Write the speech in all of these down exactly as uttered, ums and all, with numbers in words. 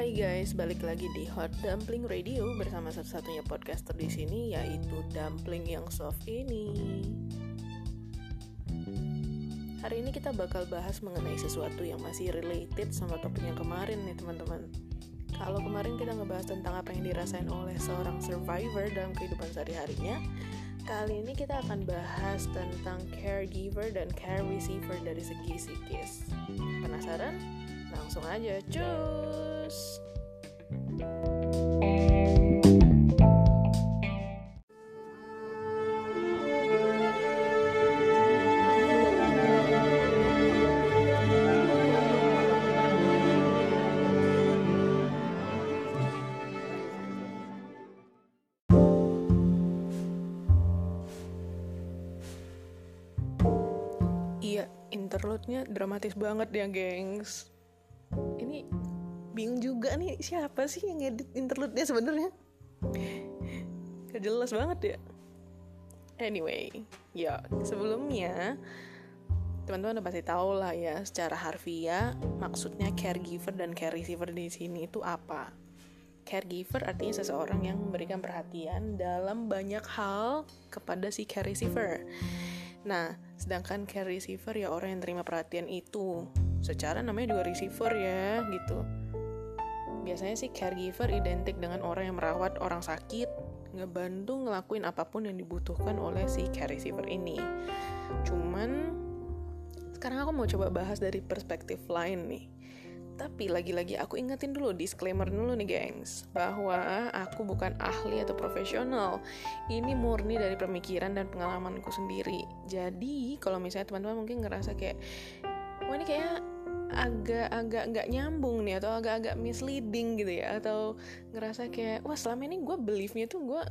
Hai guys, balik lagi di Hot Dumpling Radio bersama satu-satunya podcaster di sini, yaitu Dumpling yang soft ini. Hari ini kita bakal bahas mengenai sesuatu yang masih related sama topik yang kemarin nih teman-teman. Kalau kemarin kita ngebahas tentang apa yang dirasain oleh seorang survivor dalam kehidupan sehari-harinya, kali ini kita akan bahas tentang caregiver dan care receiver dari segi psikis. Penasaran? Langsung aja, cus! Iya, interlude-nya dramatis banget ya, gengs. Ini bingung juga nih, siapa sih yang ngedit interlude-nya sebenarnya? Gak jelas banget ya. Anyway, ya sebelumnya teman-teman udah pasti tahu lah ya secara harfiah maksudnya caregiver dan care receiver di sini itu apa. Caregiver artinya seseorang yang memberikan perhatian dalam banyak hal kepada si care receiver. Nah, sedangkan care receiver ya orang yang terima perhatian itu. Secara namanya juga receiver ya, gitu. Biasanya sih caregiver identik dengan orang yang merawat orang sakit, ngebantu ngelakuin apapun yang dibutuhkan oleh si care receiver ini. Cuman, sekarang aku mau coba bahas dari perspektif lain nih. Tapi lagi-lagi aku ingetin dulu, disclaimer dulu nih gengs, bahwa aku bukan ahli atau profesional. Ini murni dari pemikiran dan pengalamanku sendiri. Jadi kalau misalnya teman-teman mungkin ngerasa kayak, wah ini kayak agak-agak nggak nyambung nih, atau agak-agak misleading gitu ya, atau ngerasa kayak, wah selama ini gue believe-nya tuh gue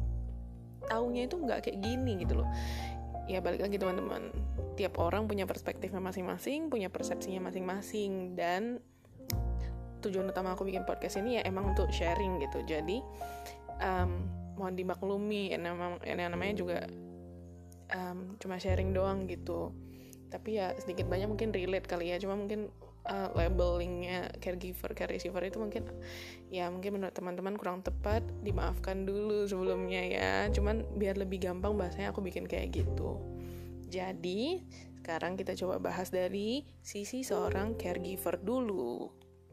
taunya itu nggak kayak gini gitu loh. Ya balik lagi teman-teman, tiap orang punya perspektifnya masing-masing, punya persepsinya masing-masing, dan tujuan utama aku bikin podcast ini ya emang untuk sharing gitu. Jadi um, mohon dimaklumi, yang namanya juga um, cuma sharing doang gitu. Tapi ya sedikit banyak mungkin relate kali ya, cuma mungkin uh, labelingnya caregiver, care receiver itu mungkin ya mungkin menurut teman-teman kurang tepat, dimaafkan dulu sebelumnya ya. Cuman biar lebih gampang bahasanya aku bikin kayak gitu. Jadi sekarang kita coba bahas dari sisi seorang caregiver dulu.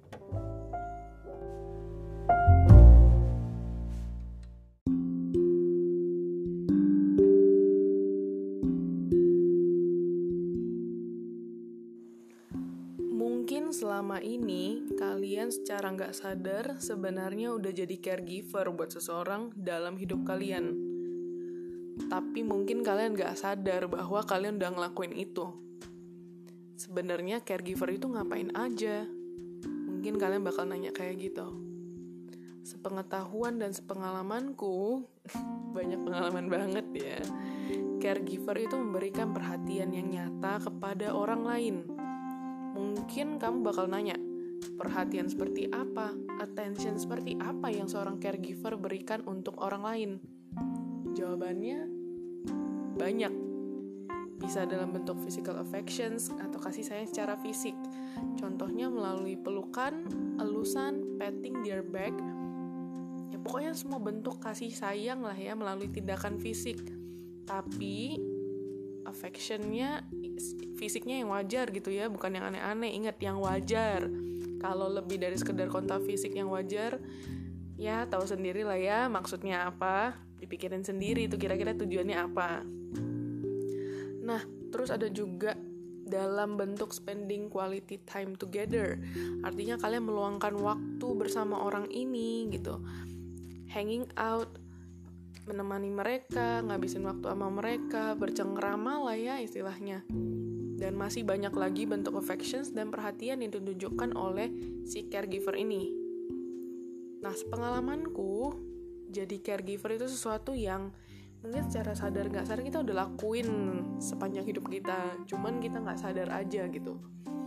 Mungkin selama ini kalian secara nggak sadar sebenarnya udah jadi caregiver buat seseorang dalam hidup kalian. Tapi mungkin kalian nggak sadar bahwa kalian udah ngelakuin itu. Sebenarnya caregiver itu ngapain aja? Mungkin kalian bakal nanya kayak gitu. Sepengetahuan dan sepengalamanku, banyak pengalaman banget ya. Caregiver itu memberikan perhatian yang nyata kepada orang lain. Mungkin kamu bakal nanya, perhatian seperti apa, attention seperti apa yang seorang caregiver berikan untuk orang lain? Jawabannya banyak. Bisa dalam bentuk physical affections atau kasih sayang secara fisik. Contohnya melalui pelukan, elusan, patting their back. Ya pokoknya semua bentuk kasih sayang lah ya melalui tindakan fisik. Tapi affectionnya fisiknya yang wajar gitu ya, bukan yang aneh-aneh. Ingat, yang wajar. Kalau lebih dari sekedar kontak fisik yang wajar, ya tahu sendiri lah ya maksudnya apa. Dipikirin sendiri itu kira-kira tujuannya apa. Nah, terus ada juga dalam bentuk spending quality time together. Artinya kalian meluangkan waktu bersama orang ini gitu. Hanging out, menemani mereka, ngabisin waktu sama mereka, bercengkrama lah ya istilahnya. Dan masih banyak lagi bentuk affections dan perhatian yang ditunjukkan oleh si caregiver ini. Nah, sepengalamanku, jadi caregiver itu sesuatu yang mungkin secara sadar gak sadar kita udah lakuin sepanjang hidup kita, cuman kita gak sadar aja gitu.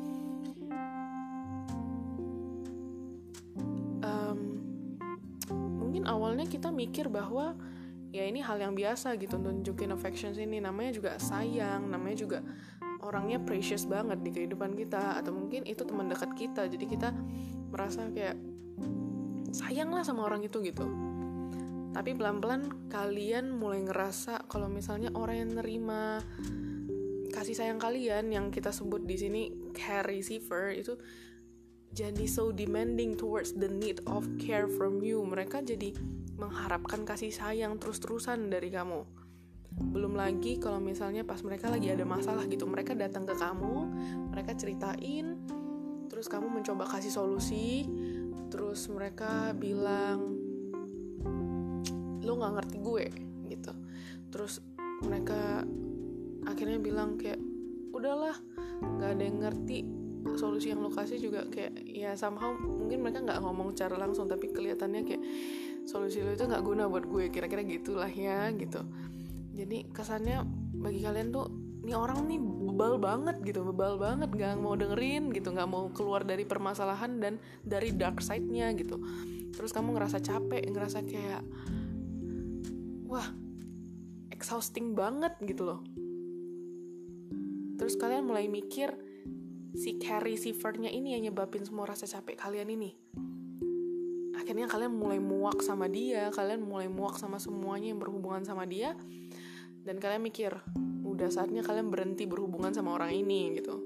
Um, mungkin awalnya kita mikir bahwa ya ini hal yang biasa gitu, nunjukin affections ini, namanya juga sayang, namanya juga orangnya precious banget di kehidupan kita, atau mungkin itu teman dekat kita, jadi kita merasa kayak sayang lah sama orang itu gitu. Tapi pelan-pelan kalian mulai ngerasa kalau misalnya orang yang nerima kasih sayang kalian, yang kita sebut di sini care receiver, itu jadi so demanding towards the need of care from you. Mereka jadi mengharapkan kasih sayang terus-terusan dari kamu. Belum lagi kalau misalnya pas mereka lagi ada masalah gitu, mereka datang ke kamu, mereka ceritain, terus kamu mencoba kasih solusi, terus mereka bilang lo nggak ngerti gue gitu. Terus mereka akhirnya bilang kayak udahlah, nggak ada yang ngerti solusi yang lo kasih juga, kayak ya somehow mungkin mereka nggak ngomong secara langsung tapi kelihatannya kayak solusi lo itu nggak guna buat gue, kira-kira gitulah ya gitu. Jadi kesannya bagi kalian tuh nih orang nih bebal banget gitu, bebal banget, nggak mau dengerin gitu, nggak mau keluar dari permasalahan dan dari dark side-nya gitu. Terus kamu ngerasa capek, ngerasa kayak wah exhausting banget gitu loh. Terus kalian mulai mikir si care receiver-nya ini yang nyebabin semua rasa capek kalian ini. Akhirnya kalian mulai muak sama dia, kalian mulai muak sama semuanya yang berhubungan sama dia, dan kalian mikir udah saatnya kalian berhenti berhubungan sama orang ini gitu.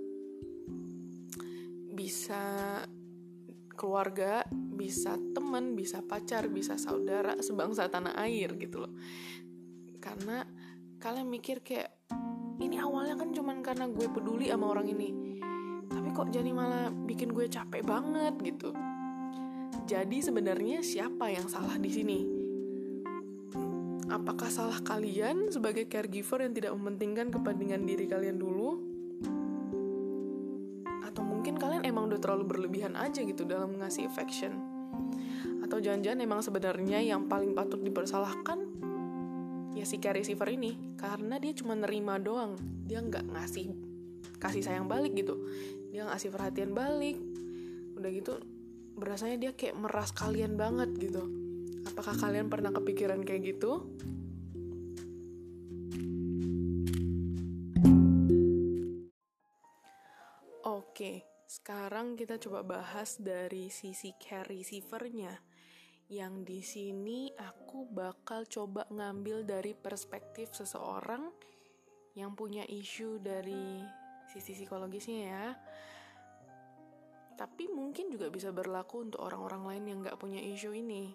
Bisa keluarga, bisa teman, bisa pacar, bisa saudara, sebangsa tanah air gitu loh. Karena kalian mikir kayak ini awalnya kan cuman karena gue peduli sama orang ini, tapi kok jadi malah bikin gue capek banget gitu. Jadi sebenarnya siapa yang salah di sini? Apakah salah kalian sebagai caregiver yang tidak mementingkan kepentingan diri kalian dulu? Atau mungkin kalian emang udah terlalu berlebihan aja gitu dalam ngasih affection? Atau jangan-jangan emang sebenarnya yang paling patut dipersalahkan ya si care receiver ini, karena dia cuma nerima doang, dia nggak ngasih kasih sayang balik gitu, dia ngasih perhatian balik, udah gitu berasanya dia kayak meras kalian banget gitu. Apakah kalian pernah kepikiran kayak gitu? Oke, sekarang kita coba bahas dari sisi care receiver-nya. Yang di sini aku bakal coba ngambil dari perspektif seseorang yang punya isu dari sisi psikologisnya ya. Tapi mungkin juga bisa berlaku untuk orang-orang lain yang gak punya isu ini.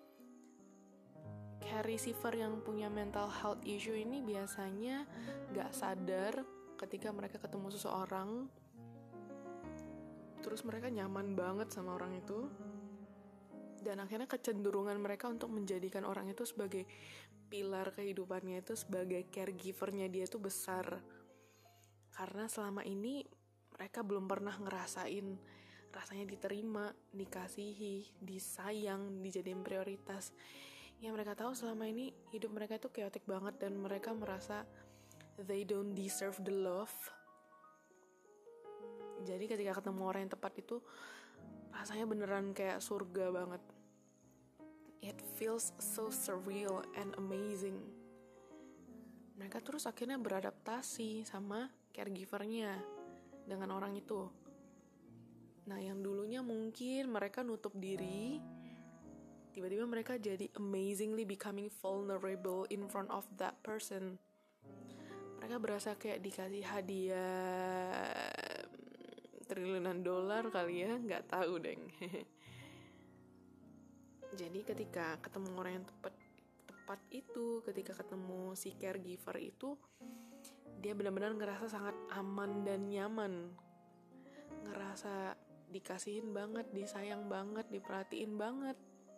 Care receiver yang punya mental health issue ini biasanya gak sadar ketika mereka ketemu seseorang, terus mereka nyaman banget sama orang itu, dan akhirnya kecenderungan mereka untuk menjadikan orang itu sebagai pilar kehidupannya, itu sebagai caregiver-nya dia itu besar. Karena selama ini mereka belum pernah ngerasain rasanya diterima, dikasihi, disayang, dijadiin prioritas. Yang mereka tahu selama ini hidup mereka itu chaotic banget, dan mereka merasa they don't deserve the love. Jadi ketika ketemu orang yang tepat itu rasanya beneran kayak surga banget. It feels so surreal and amazing. Mereka terus akhirnya beradaptasi sama caregiver-nya dengan orang itu. Nah, yang dulunya mungkin mereka nutup diri, tiba-tiba mereka jadi amazingly becoming vulnerable in front of that person. Mereka berasa kayak dikasih hadiah triliunan dolar kali ya, nggak tahu deng. Jadi ketika ketemu orang yang tepat tepat itu, ketika ketemu si caregiver itu, dia benar-benar ngerasa sangat aman dan nyaman, ngerasa dikasihin banget, disayang banget, diperhatiin banget.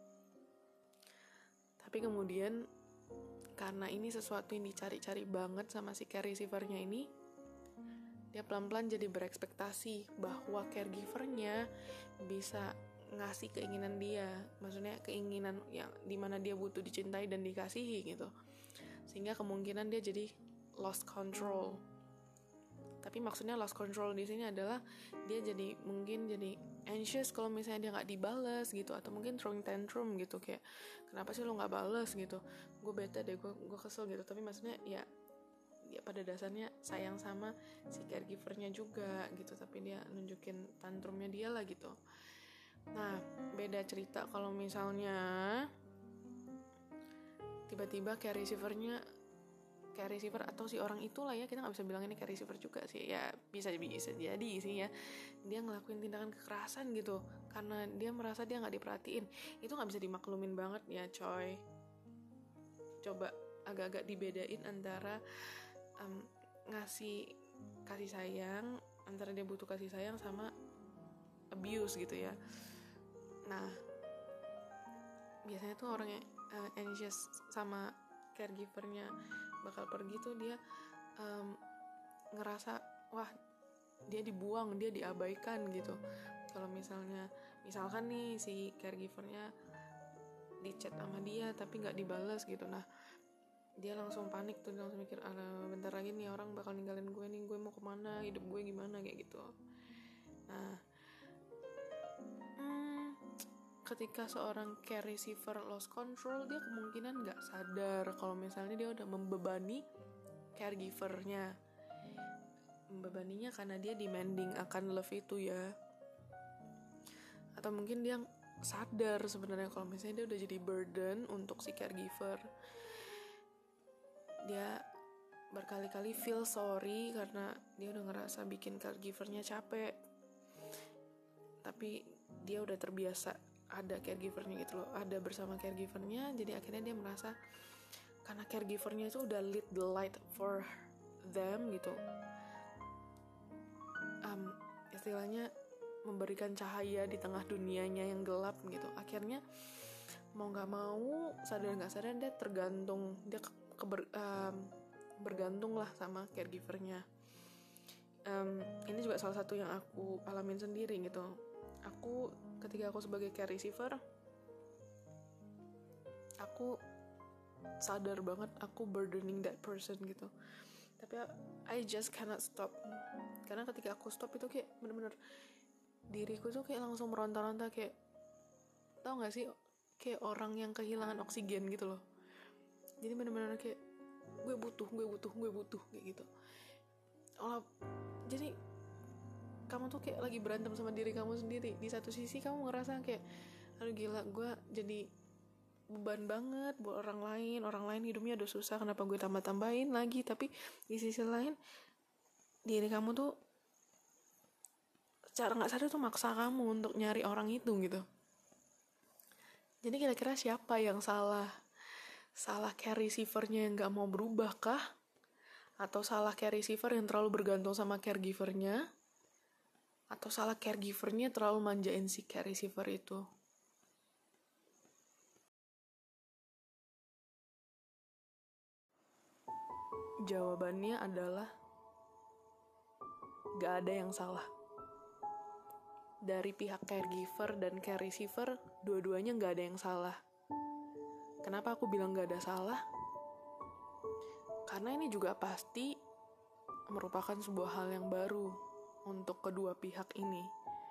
Tapi kemudian karena ini sesuatu yang dicari-cari banget sama si care receiver-nya ini, dia pelan-pelan jadi berekspektasi bahwa caregiver-nya bisa ngasih keinginan dia, maksudnya keinginan yang dimana dia butuh dicintai dan dikasihi gitu, sehingga kemungkinan dia jadi lost control. Tapi maksudnya lost control di sini adalah dia jadi mungkin jadi anxious kalau misalnya dia nggak dibales gitu, atau mungkin throwing tantrum gitu, kayak kenapa sih lo nggak bales gitu, gue bete deh, gue gue kesel gitu. Tapi maksudnya ya dia pada dasarnya sayang sama si caregiver-nya juga gitu, tapi dia nunjukin tantrumnya dia lah gitu. Nah, beda cerita kalau misalnya tiba-tiba care receiver-nya care receiver atau si orang itulah ya, kita nggak bisa bilang ini care receiver juga sih ya, bisa bisa jadi sih ya, dia ngelakuin tindakan kekerasan gitu karena dia merasa dia nggak diperhatiin. Itu nggak bisa dimaklumin banget ya coy. Coba agak-agak dibedain antara um, ngasih kasih sayang, antara dia butuh kasih sayang sama abuse gitu ya. Nah, biasanya tuh orang yang uh, anxious sama caregivernya bakal pergi tuh dia um, ngerasa wah dia dibuang, dia diabaikan gitu. Kalau misalnya misalkan nih si caregivernya di chat sama dia tapi nggak dibales gitu, nah dia langsung panik tuh, dia langsung mikir ah bentar lagi nih orang bakal ninggalin gue nih, gue mau kemana, hidup gue gimana kayak gitu. Nah hmm, ketika seorang care receiver lost control, dia kemungkinan nggak sadar kalau misalnya dia udah membebani caregivernya. Membebaninya karena dia demanding akan love itu ya, atau mungkin dia sadar sebenarnya kalau misalnya dia udah jadi burden untuk si caregiver. Dia berkali-kali feel sorry karena dia udah ngerasa bikin caregivernya capek, tapi dia udah terbiasa ada caregivernya gitu loh, ada bersama caregivernya. Jadi akhirnya dia merasa karena caregivernya itu udah lit the light for them gitu, um, istilahnya memberikan cahaya di tengah dunianya yang gelap gitu. Akhirnya mau nggak mau, sadar nggak sadar dia tergantung, dia ke, keber, um, bergantung lah sama caregivernya. Um, ini juga salah satu yang aku alamin sendiri gitu. Aku ketika aku sebagai care receiver, aku sadar banget aku burdening that person gitu. Tapi I just cannot stop. Karena ketika aku stop itu kayak bener-bener diriku tuh kayak langsung meronta-ronta, kayak tau gak sih kayak orang yang kehilangan oksigen gitu loh. Jadi bener-bener kayak gue butuh, gue butuh, gue butuh kayak gitu. Oh, jadi kamu tuh kayak lagi berantem sama diri kamu sendiri. Di satu sisi kamu ngerasa kayak aduh gila, gue jadi beban banget buat orang lain. Orang lain hidupnya udah susah, kenapa gue tambah-tambahin lagi. Tapi di sisi lain diri kamu tuh secara gak sadar tuh maksa kamu untuk nyari orang itu gitu. Jadi kira-kira siapa yang salah? Salah care receivernya yang gak mau berubah kah? Atau salah care receiver yang terlalu bergantung sama caregivernya? Atau salah caregivernya terlalu manjain si care receiver itu? Jawabannya adalah gak ada yang salah. Dari pihak caregiver dan care receiver, dua-duanya gak ada yang salah. Kenapa aku bilang gak ada salah? Karena ini juga pasti merupakan sebuah hal yang baru untuk kedua pihak ini.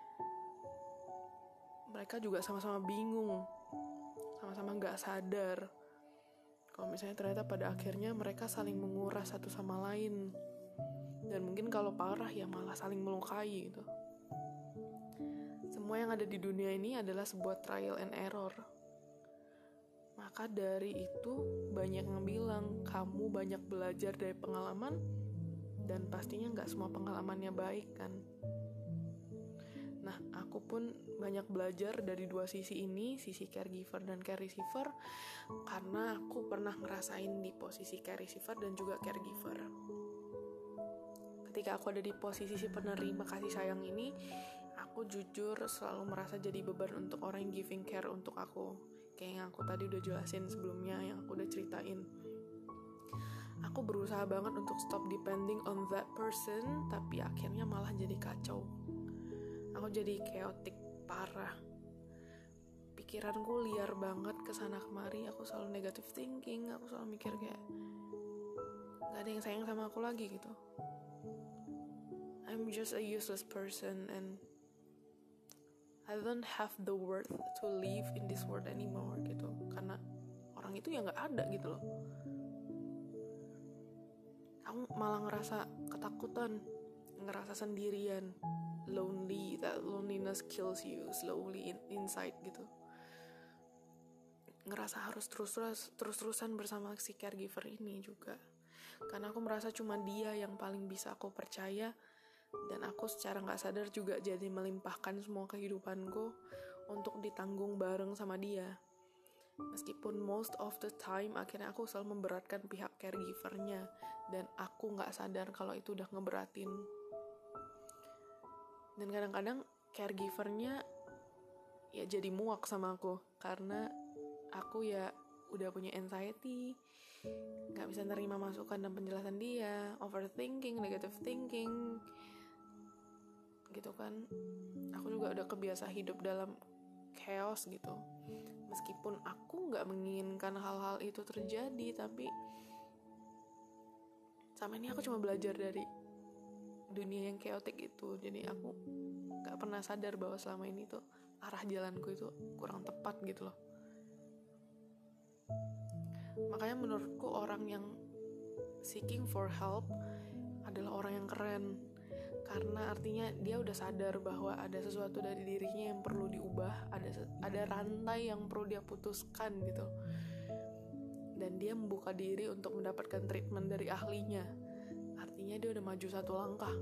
Mereka juga sama-sama bingung, sama-sama gak sadar kalau misalnya ternyata pada akhirnya mereka saling menguras satu sama lain. Dan mungkin kalau parah ya malah saling melukai gitu. Semua yang ada di dunia ini adalah sebuah trial and error. Maka dari itu banyak yang bilang kamu banyak belajar dari pengalaman, dan pastinya gak semua pengalamannya baik kan. Nah, aku pun banyak belajar dari dua sisi ini, sisi caregiver dan care receiver, karena aku pernah ngerasain di posisi care receiver dan juga caregiver. Ketika aku ada di posisi si penerima kasih sayang ini, aku jujur selalu merasa jadi beban untuk orang yang giving care untuk aku. Kayak yang aku tadi udah jelasin sebelumnya, yang aku udah ceritain. Aku berusaha banget untuk stop depending on that person, tapi akhirnya malah jadi kacau. Aku jadi chaotic parah. Pikiranku liar banget kesana kemari, aku selalu negative thinking, aku selalu mikir kayak gak ada yang sayang sama aku lagi gitu. I'm just a useless person and I don't have the worth to live in this world anymore gitu. Karena orang itu ya gak ada gitu loh. Kamu malah ngerasa ketakutan, ngerasa sendirian, lonely, that loneliness kills you slowly in, inside gitu. Ngerasa harus terus-terus terus-terusan bersama si caregiver ini juga. Karena aku merasa cuma dia yang paling bisa aku percaya, dan aku secara gak sadar juga jadi melimpahkan semua kehidupanku untuk ditanggung bareng sama dia. Meskipun most of the time akhirnya aku selalu memberatkan pihak caregivernya, dan aku gak sadar kalau itu udah ngeberatin. Dan kadang-kadang caregivernya ya jadi muak sama aku, karena aku ya udah punya anxiety, gak bisa nerima masukan dan penjelasan dia, overthinking, negative thinking gitu kan. Aku juga udah kebiasa hidup dalam chaos gitu. Meskipun aku gak menginginkan hal-hal itu terjadi, tapi sama ini aku cuma belajar dari dunia yang chaotic itu. Jadi aku gak pernah sadar bahwa selama ini tuh arah jalanku itu kurang tepat gitu loh. Makanya menurutku orang yang seeking for help adalah orang yang keren, karena artinya dia udah sadar bahwa ada sesuatu dari dirinya yang perlu diubah, ada ada rantai yang perlu dia putuskan gitu, dan dia membuka diri untuk mendapatkan treatment dari ahlinya. Artinya dia udah maju satu langkah.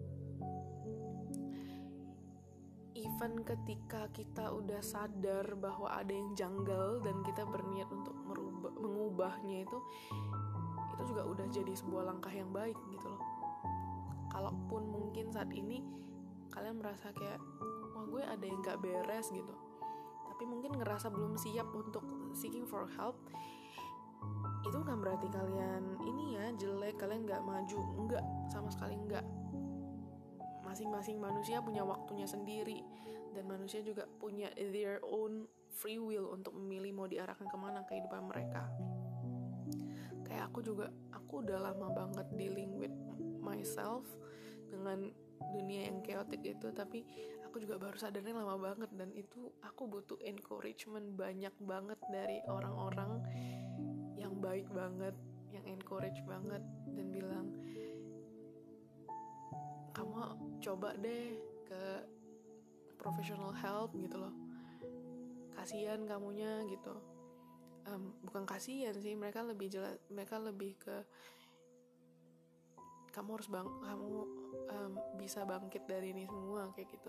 Even ketika kita udah sadar bahwa ada yang janggal dan kita berniat untuk merubah, mengubahnya itu, itu juga udah jadi sebuah langkah yang baik gitu loh. Kalaupun mungkin saat ini kalian merasa kayak, wah gue ada yang gak beres gitu, tapi mungkin ngerasa belum siap untuk seeking for help, itu gak berarti kalian ini ya jelek, kalian gak maju. Enggak, sama sekali enggak. Masing-masing manusia punya waktunya sendiri, dan manusia juga punya their own free will untuk memilih mau diarahkan kemana kehidupan mereka. Kayak aku juga, aku udah lama banget dealing with myself dengan dunia yang chaotic itu, tapi aku juga baru sadarnya lama banget, dan itu aku butuh encouragement banyak banget dari orang-orang yang baik banget, yang encourage banget dan bilang, kamu coba deh ke professional help gitu loh, kasihan kamunya gitu. Um, bukan kasihan sih, mereka lebih jelas, mereka lebih ke kamu harus bang, kamu um, bisa bangkit dari ini semua kayak gitu.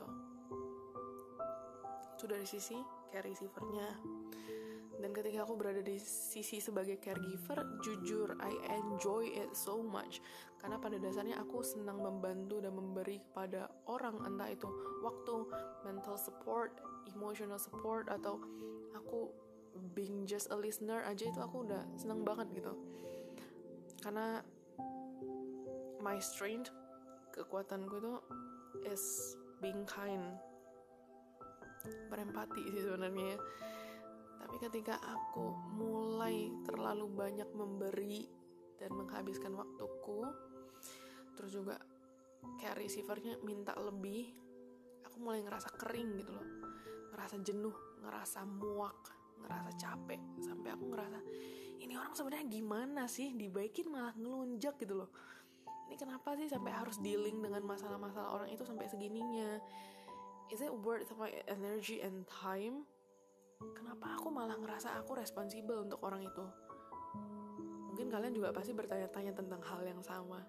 Itu dari sisi care receiver-nya. Dan ketika aku berada di sisi sebagai caregiver, jujur I enjoy it so much, karena pada dasarnya aku senang membantu dan memberi kepada orang, entah itu waktu, mental support, emotional support, atau aku being just a listener aja, itu aku udah senang banget gitu. Karena my strength, kekuatanku itu is being kind, berempati sih sebenarnya ya. Tapi ketika aku mulai terlalu banyak memberi dan menghabiskan waktuku, terus juga care receiver-nya minta lebih, aku mulai ngerasa kering gitu loh, ngerasa jenuh, ngerasa muak, ngerasa capek, sampai aku ngerasa ini orang sebenarnya gimana sih, dibaikin malah ngelunjak gitu loh. Ini kenapa sih sampai harus dealing dengan masalah-masalah orang itu sampai segininya? Is it worth my energy and time? Kenapa aku malah ngerasa aku responsibel untuk orang itu? Mungkin kalian juga pasti bertanya-tanya tentang hal yang sama.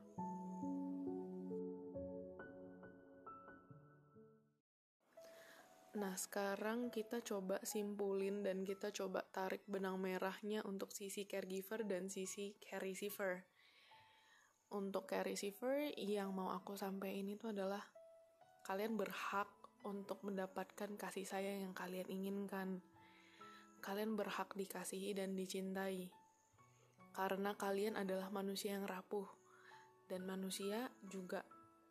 Nah, sekarang kita coba simpulin dan kita coba tarik benang merahnya untuk sisi caregiver dan sisi care receiver. Untuk care receiver, yang mau aku sampaikan itu adalah kalian berhak untuk mendapatkan kasih sayang yang kalian inginkan. Kalian berhak dikasihi dan dicintai, karena kalian adalah manusia yang rapuh, dan manusia juga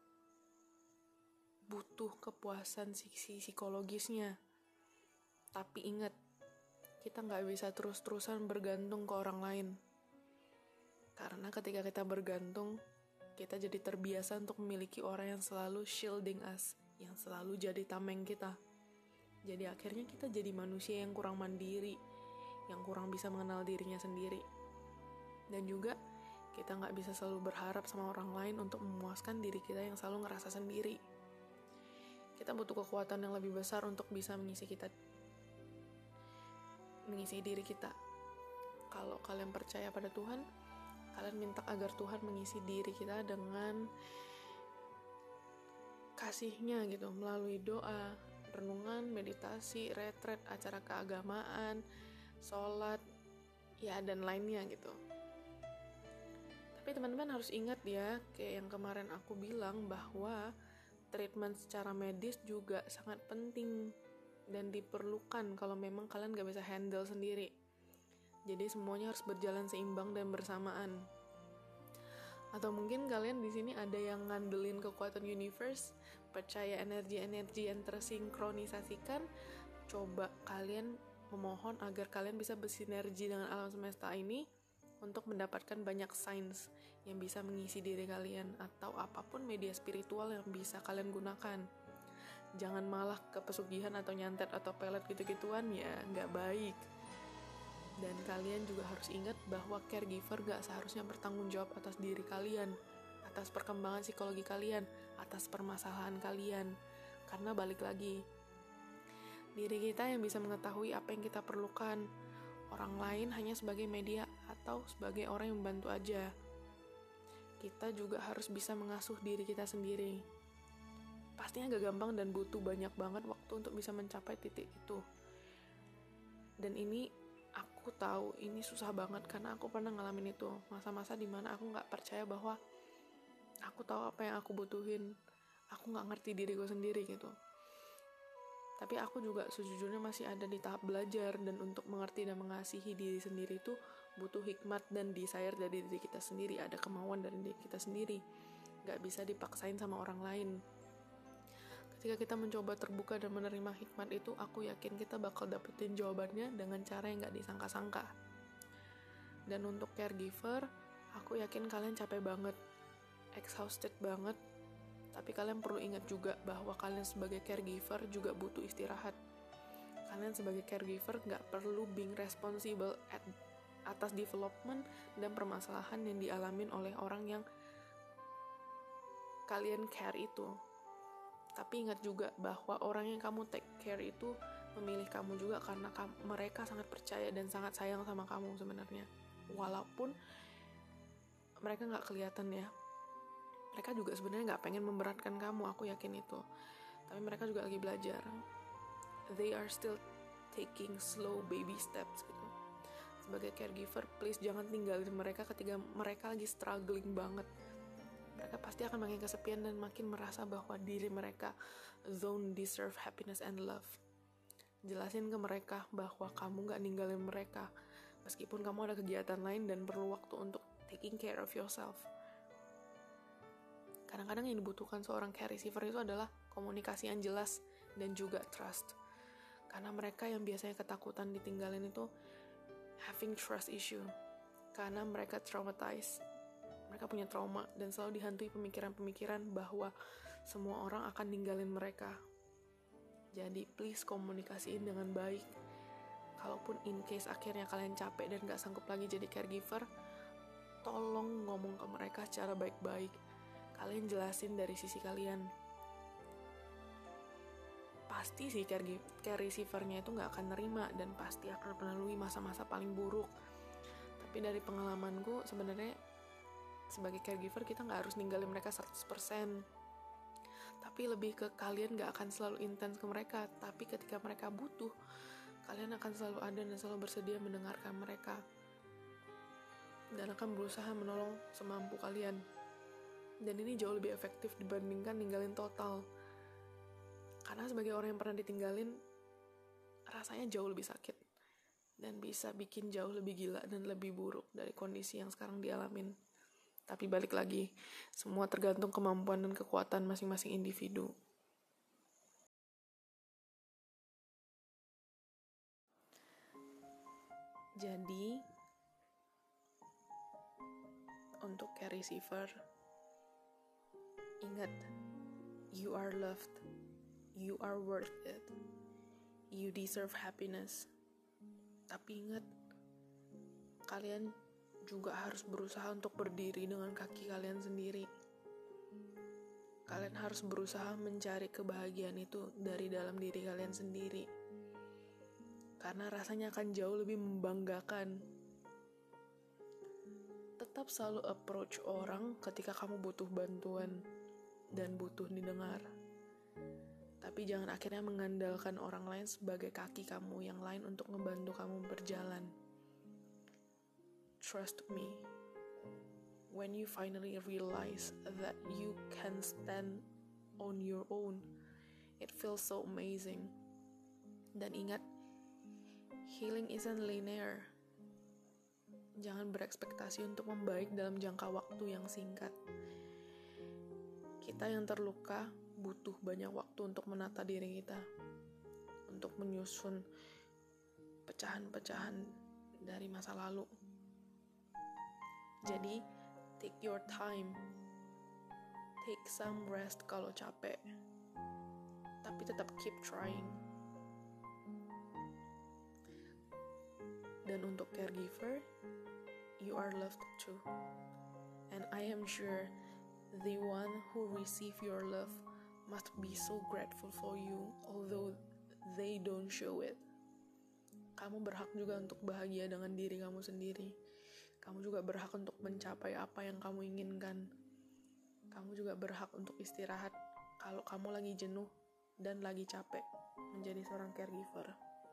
butuh kepuasan sisi psikologisnya. Tapi ingat, kita gak bisa terus-terusan bergantung ke orang lain, karena ketika kita bergantung, kita jadi terbiasa untuk memiliki orang yang selalu shielding us, yang selalu jadi tameng kita. Jadi akhirnya kita jadi manusia yang kurang mandiri, yang kurang bisa mengenal dirinya sendiri. Dan juga Kita nggak bisa selalu berharap sama orang lain untuk memuaskan diri kita yang selalu ngerasa sendiri. Kita butuh kekuatan yang lebih besar untuk bisa mengisi kita, mengisi diri kita. Kalau kalian percaya pada Tuhan, kalian minta agar Tuhan mengisi diri kita dengan kasih-Nya gitu, melalui doa, renungan, meditasi, retret, acara keagamaan, sholat, ya dan lainnya gitu. Tapi teman-teman harus ingat ya, kayak yang kemarin aku bilang bahwa treatment secara medis juga sangat penting dan diperlukan kalau memang kalian gak bisa handle sendiri. Jadi semuanya harus berjalan seimbang dan bersamaan. Atau mungkin kalian di sini ada yang ngandelin kekuatan universe, percaya energi-energi yang tersinkronisasikan. Coba kalian memohon agar kalian bisa bersinergi dengan alam semesta ini untuk mendapatkan banyak signs yang bisa mengisi diri kalian, atau apapun media spiritual yang bisa kalian gunakan. Jangan malah ke pesugihan atau nyantet atau pelet gitu-gituan, ya nggak baik. Dan kalian juga harus ingat bahwa caregiver gak seharusnya bertanggung jawab atas diri kalian, atas perkembangan psikologi kalian, atas permasalahan kalian. Karena balik lagi, diri kita yang bisa mengetahui apa yang kita perlukan. Orang lain hanya sebagai media atau sebagai orang yang membantu aja. Kita juga harus bisa mengasuh diri kita sendiri. Pastinya gak gampang dan butuh banyak banget waktu untuk bisa mencapai titik itu. Dan ini aku tahu ini susah banget karena aku pernah ngalamin itu. Masa-masa dimana aku gak percaya bahwa aku tahu apa yang aku butuhin. Aku gak ngerti diriku sendiri gitu. Tapi aku juga sejujurnya masih ada di tahap belajar, dan untuk mengerti dan mengasihi diri sendiri itu butuh hikmat dan desire dari diri kita sendiri, ada kemauan dari diri kita sendiri, gak bisa dipaksain sama orang lain. Ketika kita mencoba terbuka dan menerima hikmat itu, aku yakin kita bakal dapetin jawabannya dengan cara yang gak disangka-sangka. Dan untuk caregiver, aku yakin kalian capek banget, exhausted banget. Tapi kalian perlu ingat juga bahwa kalian sebagai caregiver juga butuh istirahat. Kalian sebagai caregiver gak perlu being responsible at, atas development dan permasalahan yang dialamin oleh orang yang kalian care itu. Tapi ingat juga bahwa orang yang kamu take care itu memilih kamu juga karena kamu, mereka sangat percaya dan sangat sayang sama kamu sebenarnya. Walaupun mereka gak kelihatan ya. Mereka juga sebenarnya gak pengen memberatkan kamu, aku yakin itu. Tapi mereka juga lagi belajar. They are still taking slow baby steps gitu. Sebagai caregiver, please jangan tinggalin mereka ketika mereka lagi struggling banget. Mereka pasti akan makin kesepian dan makin merasa bahwa diri mereka don't deserve happiness and love. Jelasin ke mereka bahwa kamu gak ninggalin mereka, meskipun kamu ada kegiatan lain dan perlu waktu untuk taking care of yourself. Kadang-kadang yang dibutuhkan seorang care receiver itu adalah komunikasi yang jelas dan juga trust. Karena mereka yang biasanya ketakutan ditinggalin itu having trust issue. Karena mereka traumatized. Mereka punya trauma dan selalu dihantui pemikiran-pemikiran bahwa semua orang akan ninggalin mereka. Jadi please komunikasiin dengan baik. Kalaupun in case akhirnya kalian capek dan gak sanggup lagi jadi caregiver, tolong ngomong ke mereka secara baik-baik. Kalian jelasin dari sisi kalian. Pasti sih care, care receiver-nya itu gak akan nerima dan pasti akan melalui masa-masa paling buruk. Tapi dari pengalamanku sebenarnya sebagai caregiver kita gak harus ninggalin mereka seratus persen. Tapi lebih ke kalian gak akan selalu intens ke mereka. Tapi ketika mereka butuh, kalian akan selalu ada dan selalu bersedia mendengarkan mereka. Dan akan berusaha menolong semampu kalian. Dan ini jauh lebih efektif dibandingkan ninggalin total. Karena sebagai orang yang pernah ditinggalin, rasanya jauh lebih sakit. Dan bisa bikin jauh lebih gila dan lebih buruk dari kondisi yang sekarang dialamin. Tapi balik lagi, semua tergantung kemampuan dan kekuatan masing-masing individu. Jadi, untuk care receiver, ingat, you are loved, you are worth it, you deserve happiness. Tapi ingat, kalian juga harus berusaha untuk berdiri dengan kaki kalian sendiri. Kalian harus berusaha mencari kebahagiaan itu dari dalam diri kalian sendiri. Karena rasanya akan jauh lebih membanggakan. Tetap selalu approach orang ketika kamu butuh bantuan dan butuh didengar. Tapi jangan akhirnya mengandalkan orang lain sebagai kaki kamu yang lain untuk ngebantu kamu berjalan. Trust me, when you finally realize that you can stand on your own, it feels so amazing. Dan ingat, healing isn't linear. Jangan berekspektasi untuk membaik dalam jangka waktu yang singkat. Kita yang terluka butuh banyak waktu untuk menata diri kita, untuk menyusun pecahan-pecahan dari masa lalu. Jadi, take your time. Take some rest kalau capek. Tapi tetap keep trying. Dan untuk caregiver, you are loved too. And I am sure the one who receive your love must be so grateful for you, although they don't show it. Kamu berhak juga untuk bahagia dengan diri kamu sendiri. Kamu juga berhak untuk mencapai apa yang kamu inginkan. Kamu juga berhak untuk istirahat kalau kamu lagi jenuh dan lagi capek menjadi seorang caregiver.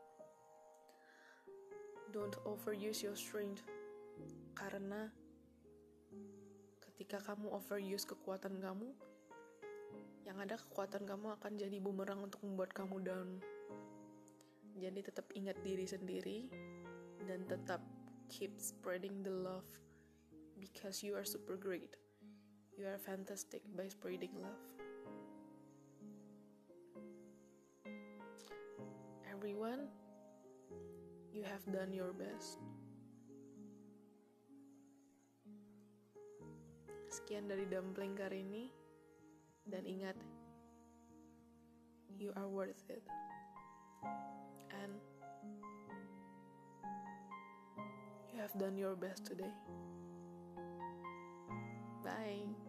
Don't overuse your strength, karena ketika kamu overuse kekuatan kamu, yang ada kekuatan kamu akan jadi bumerang untuk membuat kamu down. Jadi tetap ingat diri sendiri dan tetap keep spreading the love, because you are super great. You are fantastic by spreading love. Everyone, you have done your best. Sekian dari Dumpling kali ini, dan ingat, you are worth it. And you have done your best today. Bye.